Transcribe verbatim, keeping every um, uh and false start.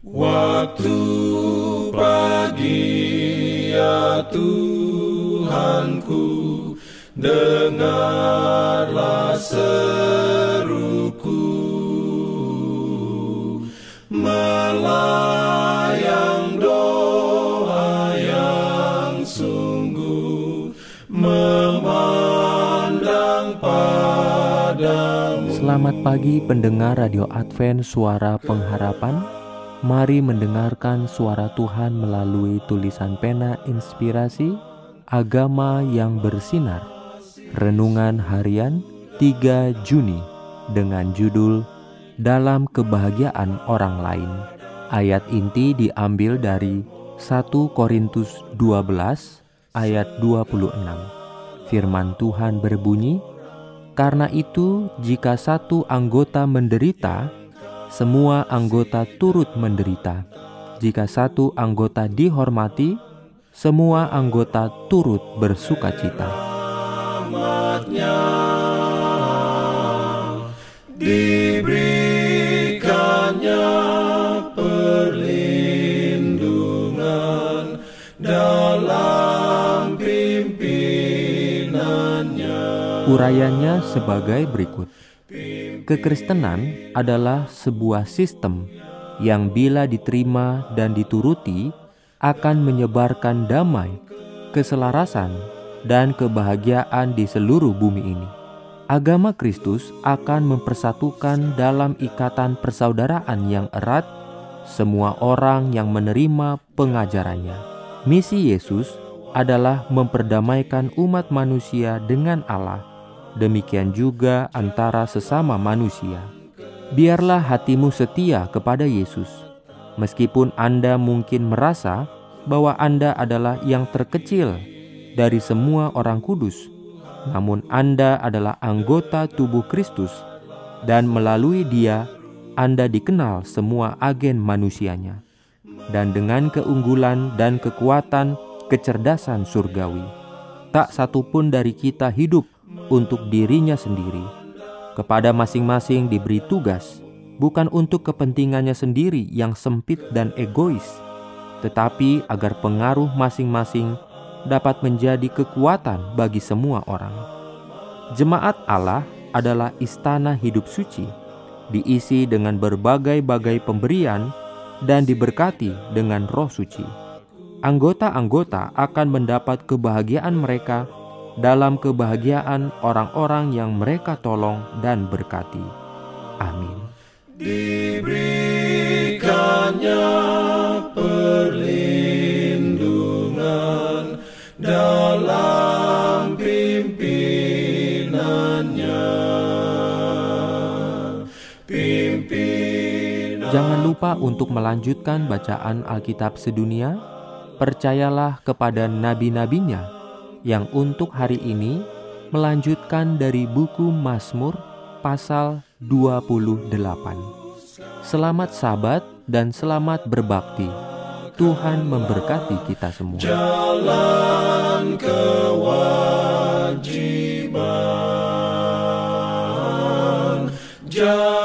Waktu pagi ya Tuhanku, dengarlah seruku, melayang doa yang sungguh, memandang padamu. Selamat pagi pendengar Radio Advent Suara Pengharapan. Mari mendengarkan suara Tuhan melalui tulisan pena inspirasi Agama yang Bersinar. Renungan harian tiga Juni dengan judul Dalam Kebahagiaan Orang Lain. Ayat inti diambil dari satu Korintus dua belas ayat dua puluh enam. Firman Tuhan berbunyi, "Karena itu jika satu anggota menderita, semua anggota turut menderita. Jika satu anggota dihormati, semua anggota turut bersukacita." Diberikannya perlindungan dalam pimpinannya. Urayanya sebagai berikut. Kekristenan adalah sebuah sistem yang bila diterima dan dituruti akan menyebarkan damai, keselarasan, dan kebahagiaan di seluruh bumi ini. Agama Kristus akan mempersatukan dalam ikatan persaudaraan yang erat semua orang yang menerima pengajarannya. Misi Yesus adalah memperdamaikan umat manusia dengan Allah. Demikian juga antara sesama manusia. Biarlah hatimu setia kepada Yesus. Meskipun Anda mungkin merasa bahwa Anda adalah yang terkecil dari semua orang kudus, namun Anda adalah anggota tubuh Kristus, dan melalui Dia Anda dikenal semua agen manusianya, dan dengan keunggulan dan kekuatan kecerdasan surgawi. Tak satupun dari kita hidup untuk dirinya sendiri. Kepada masing-masing diberi tugas, bukan untuk kepentingannya sendiri yang sempit dan egois, tetapi agar pengaruh masing-masing dapat menjadi kekuatan bagi semua orang. Jemaat Allah adalah istana hidup suci, diisi dengan berbagai-bagai pemberian dan diberkati dengan Roh Suci. Anggota-anggota akan mendapat kebahagiaan mereka dalam kebahagiaan orang-orang yang mereka tolong dan berkati. Amin. Diberikannya perlindungan dalam pimpinannya. Pimpinan. Jangan lupa untuk melanjutkan bacaan Alkitab sedunia. Percayalah kepada nabi-nabinya yang untuk hari ini melanjutkan dari buku Mazmur pasal dua puluh delapan. Selamat Sabat dan selamat berbakti. Tuhan memberkati kita semua. Jalan kewajiban. Jalan